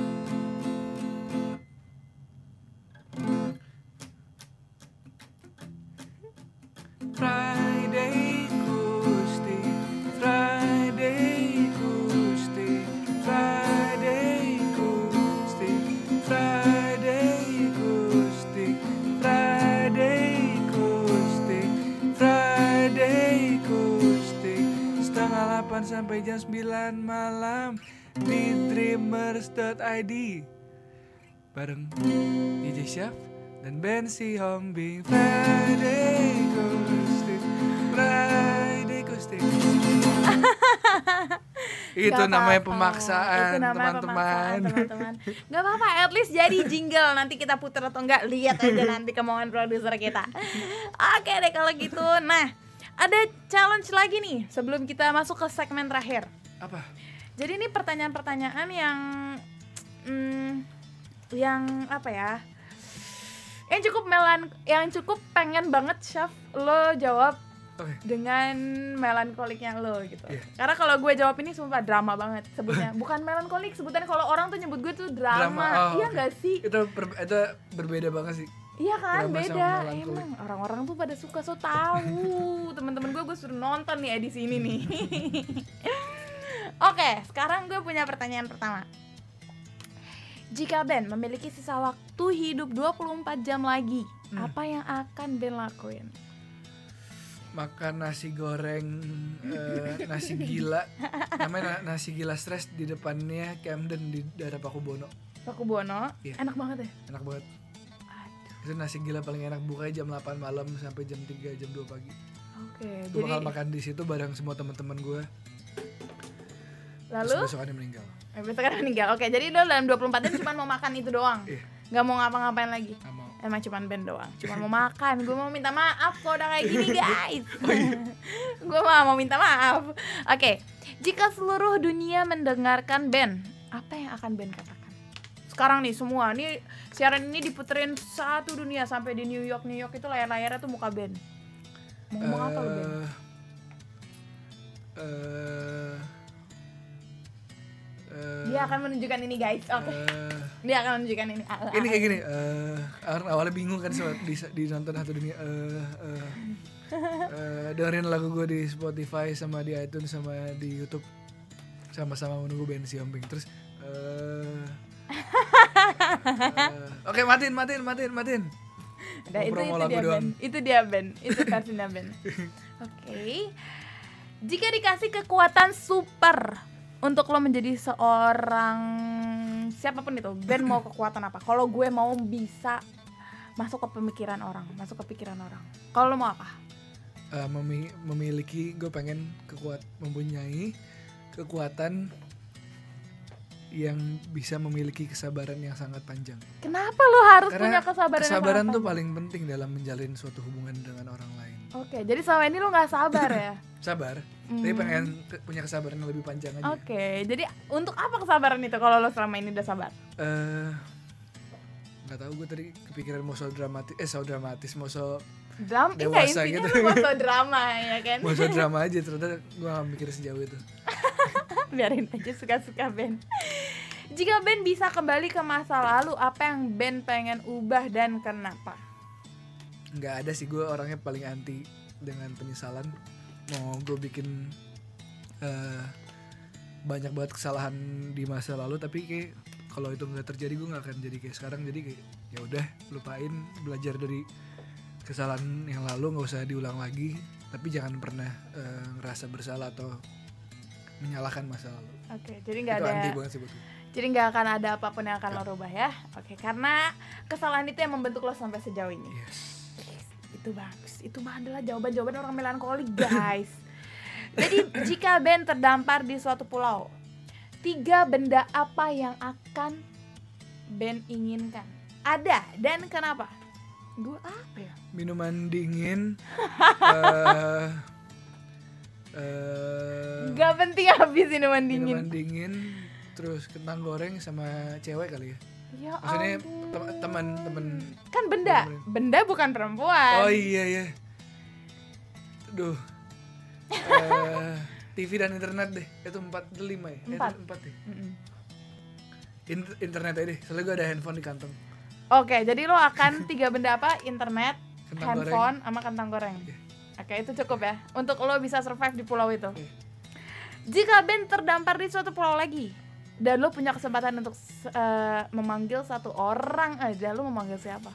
Friday Kustik, Friday Kustik, Friday Kustik, Friday Kustik, Friday Kustik, Friday Kustik, setengah delapan sampai jam sembilan malam di dreamers dot i d bareng D J Syaf dan Ben Sihombing. Friday Kustik, Friday Kustik. Itu Gak namanya apa-apa. pemaksaan, Itu namanya teman-teman. pemaksaan, teman-teman. Gak apa-apa, at least jadi jingle. Nanti kita puter atau enggak, lihat aja nanti kemauan produser kita. Oke deh kalau gitu. Nah, ada challenge lagi nih sebelum kita masuk ke segmen terakhir. Apa? Jadi ini pertanyaan-pertanyaan yang hmm, yang apa ya? Yang cukup melan, yang cukup pengen banget Chef lo jawab Oke. dengan melankoliknya lo gitu. Yeah. Karena kalau gue jawab ini sumpah drama banget sebutnya. Bukan melankolik, sebutannya kalau orang tuh nyebut gue tuh drama. Drama, oh, Iya oke. nggak sih? Itu ber- itu berbeda banget sih. Iya kan, Drama sama beda. melankolik. Emang orang-orang tuh pada suka so tahu. Teman-teman gue gue suruh nonton nih edisi ini nih. Oke, sekarang gue punya pertanyaan pertama. Jika Ben memiliki sisa waktu hidup dua puluh empat jam lagi, Hmm. apa yang akan Ben lakuin? Makan nasi goreng, eh, nasi gila, namanya na- nasi gila stres di depannya Camden di daerah Pakubono. Pakubono, Iya. enak banget ya? Enak banget. Aduh, Itu nasi gila paling enak, bukanya jam delapan malam sampai jam tiga, jam dua pagi. oke. Gue Jadi bakal makan di situ bareng semua teman-teman gue. lalu Terus besokannya meninggal. eh, besok kan meninggal. Oke, jadi lo dalam dua puluh empat jam cuma mau makan itu doang. Iya. Nggak mau ngapa-ngapain lagi. Nggak mau. Emang cuma Ben doang. Cuma mau makan. Gue mau minta maaf kalau udah kayak gini, guys. Gue mah mau minta maaf. Oke. Jika seluruh dunia mendengarkan Ben, apa yang akan Ben katakan? Sekarang nih semua, nih siaran ini diputerin satu dunia sampai di New York, New York itu layar-layarnya tuh muka Ben. Mau ngomong apa lo Ben? Eh, eh, eh, Dia akan menunjukkan ini, guys. Oke. eh, Dia akan menunjukkan ini. ini kayak gini, eh orang awalnya bingung kan soal di, di nonton satu dunia, eh eh, eh, dengerin lagu gue di Spotify sama di iTunes sama di YouTube, sama-sama menunggu Ben Sihombing. Terus eh eh, oke, matiin matiin matiin matiin Udah, Mau itu, promo itu lagu dia doang. Ben. Itu dia Ben. Itu versinya Ben. Oke. Jika dikasih kekuatan super untuk lo menjadi seorang siapapun itu, Ben mau kekuatan apa? Kalau gue mau bisa masuk ke pemikiran orang, masuk ke pikiran orang. Kalau lo mau apa? Eh, memi- memiliki, gue pengen kekuat mempunyai kekuatan yang bisa memiliki kesabaran yang sangat panjang. Kenapa lo harus Karena punya kesabaran? yang kesabaran sangat tuh panjang? paling penting dalam menjalin suatu hubungan dengan orang lain. Oke, jadi selama ini lo nggak sabar ya? Sabar, Hmm. tapi pengen ke- punya kesabaran yang lebih panjang aja. Oke, jadi untuk apa kesabaran itu kalau lo selama ini udah sabar? Eh, nggak tahu, gue tadi kepikiran mau so dramatis, eh so dramatis, mau so Dram, enggak Dewasa intinya gitu. lo mau so drama ya kan? mau so drama aja. Ternyata gue gak mikir sejauh itu. Biarin aja suka-suka Ben. Jika Ben bisa kembali ke masa lalu, apa yang Ben pengen ubah dan kenapa? Nggak ada sih, gue orangnya paling anti dengan penyesalan. Mau gue bikin eh, banyak banget kesalahan di masa lalu, tapi kayak kalau itu nggak terjadi gue nggak akan jadi kayak sekarang. Jadi kayak ya udah, lupain, belajar dari kesalahan yang lalu, nggak usah diulang lagi. tapi jangan pernah uh, ngerasa bersalah atau menyalahkan masa lalu. Oke, jadi nggak Itu ada. anti banget sih buat gue. Jadi nggak akan ada apapun yang akan lo rubah ya. Oke, karena kesalahan itu yang membentuk lo sampai sejauh ini. Yes. Yes, itu bagus. Itu mah adalah jawaban-jawaban orang melankolik, guys. Jadi jika Ben terdampar di suatu pulau, tiga benda apa yang akan Ben inginkan? Ada dan kenapa? Gue apa ya? Minuman dingin. uh, uh, Gak penting habis minuman dingin. Minuman dingin, terus kentang goreng sama cewek kali ya. Ya Maksudnya ampun. tem- teman-teman. Kan benda, teman-teman. benda bukan perempuan. Oh iya iya. Duh. Uh, T V dan internet deh. Itu empat, itu lima ya? Empat. Eh, empat deh. Mm-mm. In- internet aja deh. Soalnya gue ada handphone di kantong. Oke, jadi lo akan tiga benda apa? Internet, Kentang handphone, sama kentang goreng. Iya. Oke, itu cukup ya untuk lo bisa survive di pulau itu. Iya. Jika Ben terdampar di suatu pulau lagi dan lo punya kesempatan untuk uh, memanggil satu orang aja, lo memanggil siapa?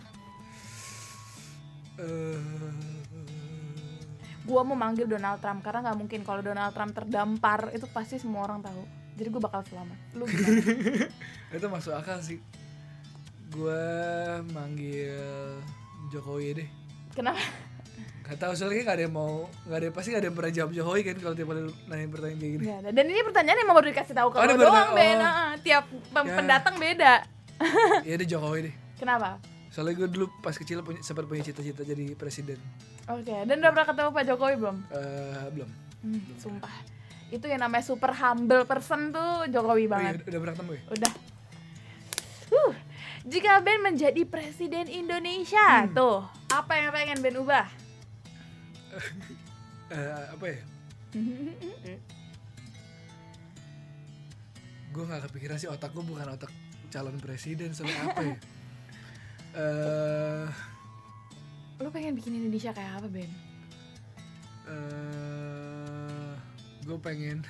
Uh, Gua mau manggil Donald Trump karena nggak mungkin kalau Donald Trump terdampar itu pasti semua orang tahu. Jadi gue bakal selamat. Lu gimana? itu masuk akal sih. Gue manggil Jokowi deh. Kenapa? Gak tau soalnya gak ada yang mau, gak ada pasti gak ada yang pernah jawab Jokowi kan kalau tiap kali nanya pertanyaan kayak gini. Gak ada. Dan ini pertanyaan emang baru dikasih tahu ke Oh, lo ini baru doang, tahu. Ben. Oh. Nah, tiap pem- Ya. pendatang beda. Iya deh Jokowi deh. Kenapa? Soalnya gue dulu pas kecil punya, sempat punya cita-cita jadi presiden. Oke, dan udah pernah ketemu Pak Jokowi belum? Uh, belum. Hmm, sumpah. Itu yang namanya super humble person tuh Jokowi Oh, iya, banget. udah pernah ketemu ya? Udah. Huh. Jika Ben menjadi presiden Indonesia, Hmm. tuh, apa yang pengen Ben ubah? Uh, apa ya? Gue gak kepikiran sih, otak gue bukan otak calon presiden. Soalnya apa ya? Uh, Lo pengen bikin Indonesia kayak apa, Ben? uh, gue pengen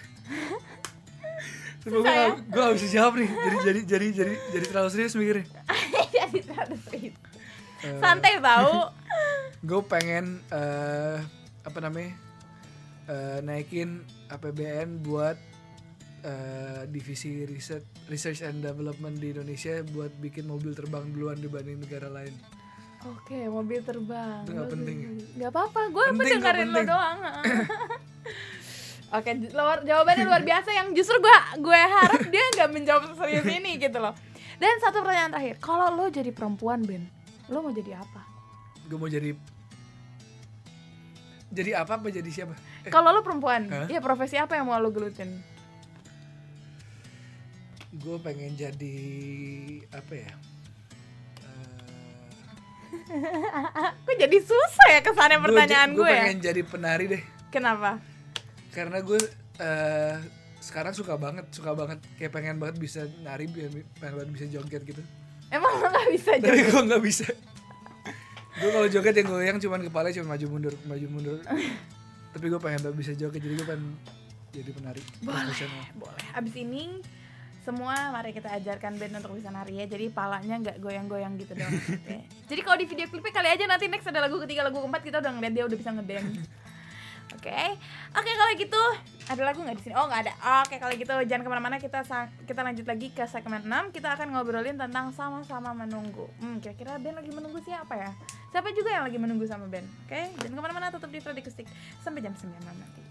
Susah ya? gue gak bisa jawab nih. Jadi jadi jadi jadi jadi terlalu serius mikirnya. Jadi terlalu serius. Uh, Santai tau. Gue pengen uh, apa namanya uh, naikin A P B N buat uh, divisi riset research and development di Indonesia buat bikin mobil terbang duluan dibanding negara lain. Oke, mobil terbang. Itu nggak Bagus, penting ya? bagus. Nggak apa-apa, gue Penting, mendengarin nggak lo penting. doang. Oke, luar, jawabannya luar biasa yang justru gue gue harap dia nggak menjawab serius ini gitu loh. Dan satu pertanyaan terakhir, kalau lo jadi perempuan, Ben, lo mau jadi apa? Gue mau jadi jadi apa apa jadi siapa? Eh, Kalau lo perempuan, Hah? iya profesi apa yang mau lo gelutin? gue pengen jadi apa ya? Uh, Kok jadi susah ya kesannya pertanyaan gue, gue ya? pengen jadi penari deh. Kenapa? Karena gue uh, sekarang suka banget, suka banget kayak pengen banget bisa nari, pengen banget bisa joget gitu. Emang lo nggak bisa Tapi joget? gue nggak bisa. Gue kalau joget yang goyang cuman kepala cuma maju mundur, maju mundur. Tapi gue pengen banget bisa joget, jadi gue pengen jadi penari profesional. Boleh. Abis ini semua mari kita ajarkan Ben untuk bisa nari ya. Jadi palanya nggak goyang-goyang gitu doang. Oke. Jadi kalau di video klipnya kali aja nanti next ada lagu ketiga, lagu keempat kita udah ngeliat dia udah bisa ngedance. Oke, oke kalau gitu ada lagu nggak di sini? Oh nggak ada. Oke kalau gitu jangan kemana-mana, kita sang- kita lanjut lagi ke segmen enam. Kita akan ngobrolin tentang sama-sama menunggu. Hmm, kira-kira Ben lagi menunggu siapa ya? Siapa juga yang lagi menunggu sama Ben? Oke, jangan kemana-mana, tetap di Fradi Kustik sampai jam sembilan malam nanti.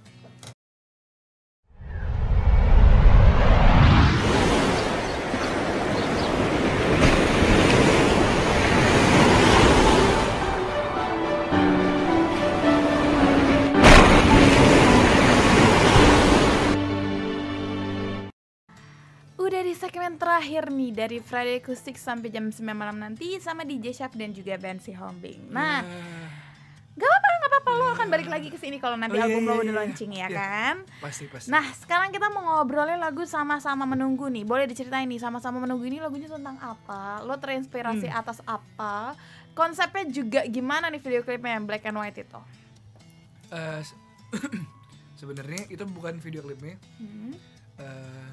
Udah di segmen terakhir nih dari Friday Acoustic sampai jam sembilan malam nanti sama D J Syaf dan juga Ben Si Hombing. Nah, gak apa-apa, gak apa-apa, lo akan balik lagi ke sini kalau nanti Oh, iya, album iya, lo udah iya. launching ya Iya. kan? Pasti pasti. Nah, sekarang kita mau ngobrolin lagu Sama-sama Menunggu nih. Boleh diceritain nih, Sama-sama Menunggu ini lagunya tentang apa? Lo terinspirasi Hmm. atas apa? Konsepnya juga gimana nih video klipnya yang black and white itu? Uh, se- sebenarnya itu bukan video klipnya. Hmm. Uh,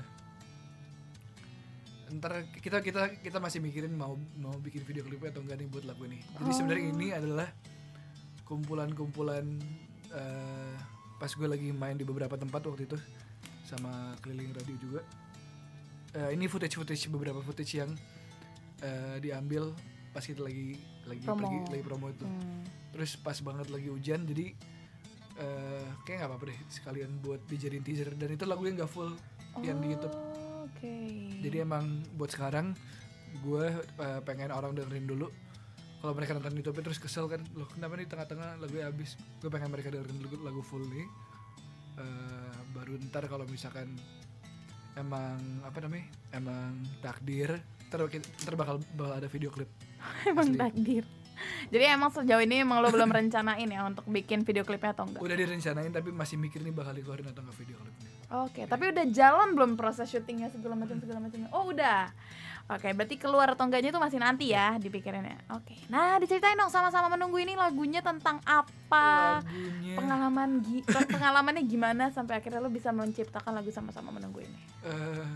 ntar kita kita kita masih mikirin mau mau bikin video klipnya atau enggak nih buat lagu ini. Jadi Oh. sebenarnya ini adalah kumpulan-kumpulan uh, pas gue lagi main di beberapa tempat waktu itu sama keliling radio juga. Uh, ini footage-footage beberapa footage yang uh, diambil pas kita lagi lagi promo. pergi lagi promo itu. Hmm. Terus pas banget lagi hujan, jadi uh, kayak nggak apa-apa deh sekalian buat dijadiin teaser. Dan itu lagunya nggak full Oh, yang di YouTube. Okay. Jadi emang buat sekarang gue uh, pengen orang dengerin dulu. Kalau mereka nonton YouTube terus kesel kan, loh kenapa nih tengah-tengah lagunya habis. Gue pengen mereka dengerin lagu, lagu full nih. Uh, baru ntar kalau misalkan emang apa namanya, emang takdir, ntar, ntar bakal, bakal ada video klip. Emang asli. takdir. Jadi emang sejauh ini emang lo belum rencanain ya untuk bikin video klipnya atau enggak? Udah direncanain tapi masih mikir nih bakal dikeluarin atau enggak video klipnya. Oke, okay, tapi udah jalan belum proses syutingnya segala macam segala macamnya? Oh udah. Oke, okay, berarti keluar atau enggaknya itu masih nanti ya dipikirinnya. Oke, okay. Nah diceritain dong sama-sama menunggu ini lagunya tentang apa? Lagunya Pengalaman gi- pengalamannya gimana sampai akhirnya lo bisa menciptakan lagu sama-sama menunggu ini? Uh,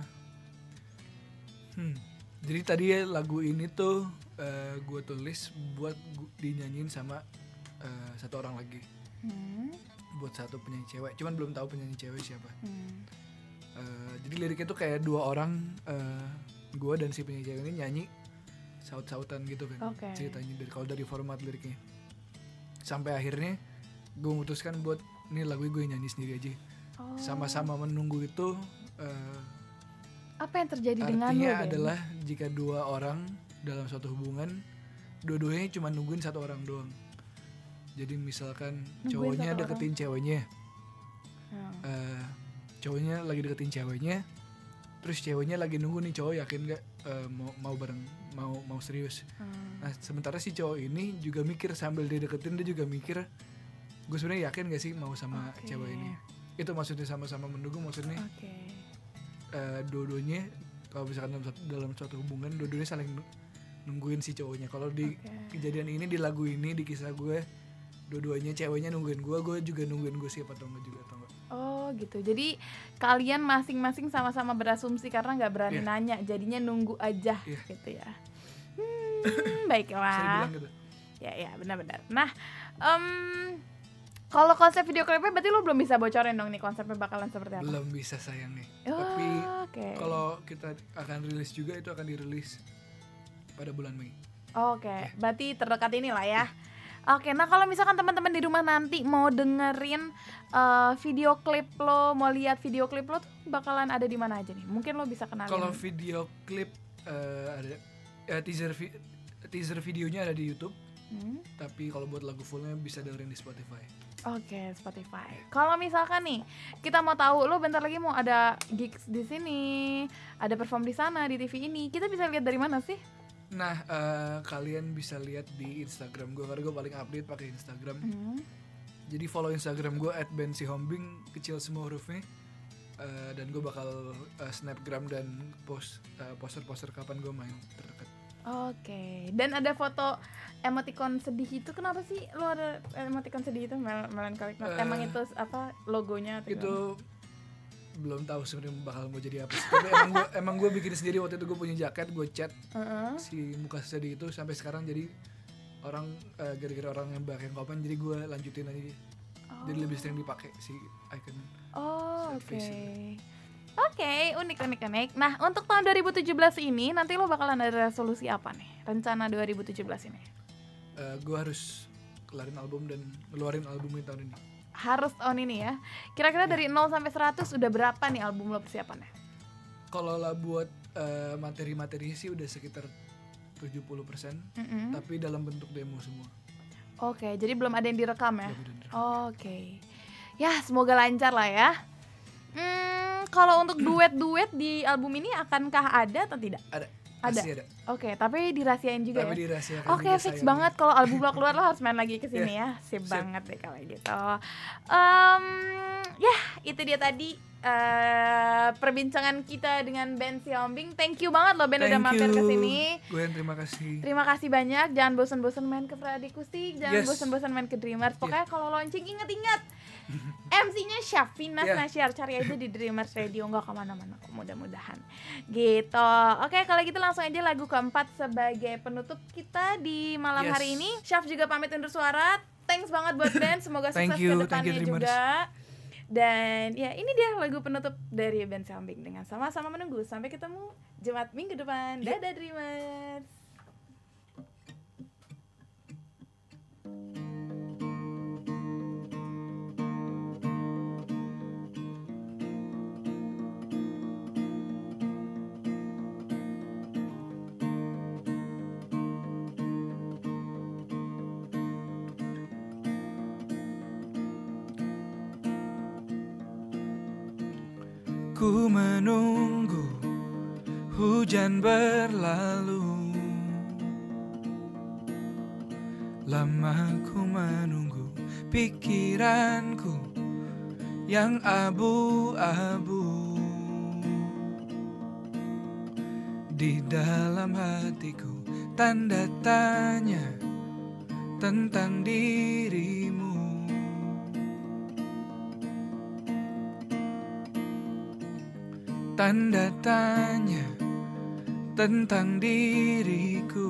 hmm. Jadi tadi ya lagu ini tuh uh, gue tulis buat gu- dinyanyiin sama uh, satu orang lagi. Hmm. Buat satu penyanyi cewek, cuman belum tahu penyanyi cewek siapa. Hmm. Uh, jadi liriknya tuh kayak dua orang, uh, gue dan si penyanyi cewek ini nyanyi saut-sautan gitu kan. Okay. Ceritanya dari kalau dari format liriknya. Sampai akhirnya gue memutuskan buat ini lagu gue nyanyi sendiri aja. Oh. Sama-sama menunggu itu uh, Apa yang terjadi dengan lo? artinya Ben? adalah jika dua orang dalam suatu hubungan, dua-duanya cuma nungguin satu orang doang. Jadi misalkan Nungguin cowoknya satu deketin ceweknya, Hmm. uh, cowoknya lagi deketin ceweknya, terus ceweknya lagi nunggu nih cowok yakin gak uh, mau mau bareng, mau mau serius. Hmm. Nah sementara si cowok ini juga mikir sambil dia deketin, dia juga mikir, gue sebenarnya yakin gak sih mau sama Okay. cewek ini. Itu maksudnya sama-sama menunggu, maksudnya Oke. uh, dua-duanya kalau misalkan dalam suatu, dalam suatu hubungan dua-duanya saling nungguin si cowoknya. Kalau di Okay. kejadian ini, di lagu ini, di kisah gue, dua-duanya ceweknya nungguin gue, gue juga nungguin gue siapa atau enggak juga atau enggak. Oh gitu. Jadi kalian masing-masing sama-sama berasumsi karena nggak berani Yeah. nanya, jadinya nunggu aja Yeah. gitu ya. Hmm, Bisa baiklah. dibilang gitu. Ya ya benar-benar. Nah, em, kalau konsep video klipnya berarti lo belum bisa bocorin dong nih konsepnya bakalan seperti apa? Belum bisa sayang nih. Oh, Tapi oke. kalau kita akan rilis juga, itu akan dirilis pada bulan Mei. Oke, berarti terdekat ini lah ya. Oke, nah kalau misalkan teman-teman di rumah nanti mau dengerin uh, video klip lo, mau lihat video klip lo tuh bakalan ada di mana aja nih? Mungkin lo bisa kenalin. Kalau video klip uh, ada uh, teaser vi- teaser videonya ada di YouTube, Hmm? tapi kalau buat lagu fullnya bisa dengerin di Spotify. Oke, Spotify. Kalau misalkan nih kita mau tahu lo bentar lagi mau ada gigs di sini, ada perform di sana di T V ini, kita bisa lihat dari mana sih? Nah, uh, kalian bisa lihat di Instagram gue, karena gue paling update pakai Instagram. Hmm. Jadi follow Instagram gue at bensihombing, kecil semua hurufnya. Uh, dan gue bakal uh, snapgram dan post uh, poster-poster kapan gue main terdekat. Oke, dan ada foto emoticon sedih itu, kenapa sih lo ada emoticon sedih itu, mel- melancholic note? Eh, Emang itu apa logonya atau Itu gimana? belum tahu sebenarnya bakal mau jadi apa sih. Tapi emang gue emang gue bikin sendiri. Waktu itu gue punya jaket, gue cat Uh-uh. si muka sedih itu sampai sekarang. Jadi orang uh, gara-gara orang yang pakai komen, jadi gue lanjutin aja. Oh. Jadi lebih sering dipakai si icon. Oh, Sad oke. face Oke, unik unik unik. Nah, untuk tahun dua ribu tujuh belas ini nanti lo bakalan ada resolusi apa nih? Rencana dua ribu tujuh belas ini? Uh, gue harus kelarin album dan ngeluarin album ini tahun ini. Harus tahun ini ya. Kira-kira Ya. dari nol sampai seratus udah berapa nih album lo persiapannya? Kalau lah buat uh, materi-materi sih udah sekitar tujuh puluh persen, Mm-mm. tapi dalam bentuk demo semua. Oke, jadi belum ada yang direkam ya? Belum ada yang direkam. Oke. Ya, semoga lancar lah ya. Hmm, kalau untuk duet-duet di album ini akankah ada atau tidak? Ada. Ada. Pasti ada. Oke, tapi dirahasiain juga Tapi ya? dirahasiakan Oke, juga fix sayangnya. banget kalau album lo keluar lo harus main lagi ke sini ya. Sip, Sip. banget deh kalau gitu. Em, ya, itu dia tadi eh, perbincangan kita dengan Ben Siombing. Thank you banget loh Ben udah Thank mampir ke you. sini. Gue yang terima kasih. Terima kasih banyak. Jangan bosan-bosan main ke Fradikustik, jangan Yes. bosan-bosan main ke Dreamers. Pokoknya kalau launching inget-inget M C-nya Syafinas Yeah. Nasyar, cari aja di Dreamers Radio, nggak kemana-mana kok, mudah-mudahan gitu. Oke, kalau gitu langsung aja lagu keempat sebagai penutup kita di malam Yes. hari ini. Syaf juga pamit undur suara. thanks banget buat band, semoga Thank sukses you, ke thank you, depannya Dreamers. juga. Dan ya ini dia lagu penutup dari band Sambing dengan Sama-sama Menunggu. Sampai ketemu Jumat minggu depan. Dadah Dreamers. Ku menunggu hujan berlalu, lama ku menunggu pikiranku yang abu-abu. Di dalam hatiku tanda tanya tentang dirimu. Tanda tanya tentang diriku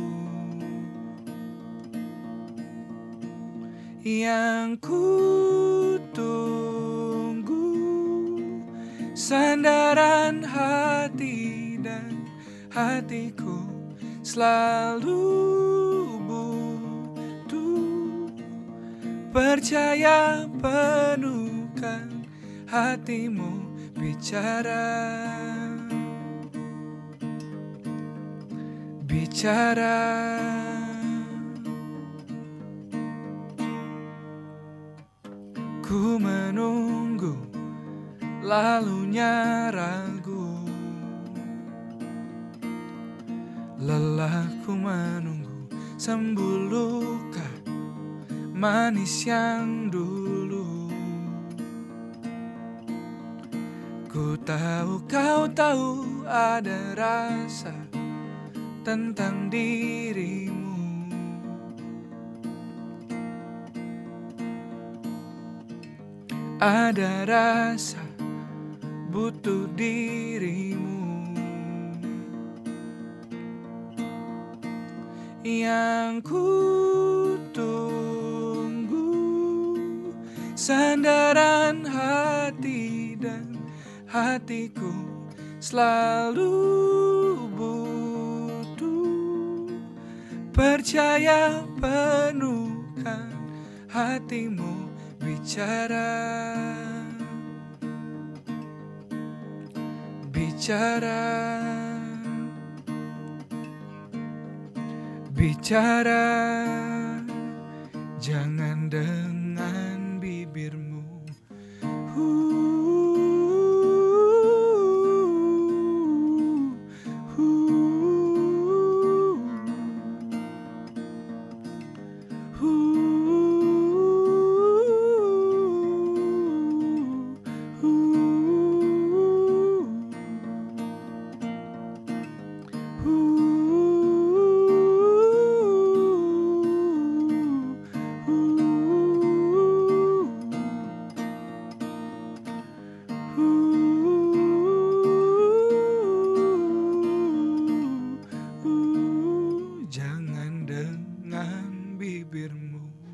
yang ku tunggu, sandaran hati dan hatiku selalu butuh. Percaya penuhkan hatimu bicara, bicara. Ku menunggu lalunya ragu, lelah ku menunggu sembuh luka manis yang dulu. Ku tahu kau tahu ada rasa tentang dirimu. Ada rasa butuh dirimu yang ku tunggu, sandaran hati dan hatiku selalu butuh. Percaya penuhkan hatimu bicara, bicara, bicara. Jangan dengan bibirmu. Jangan dengan bibirmu.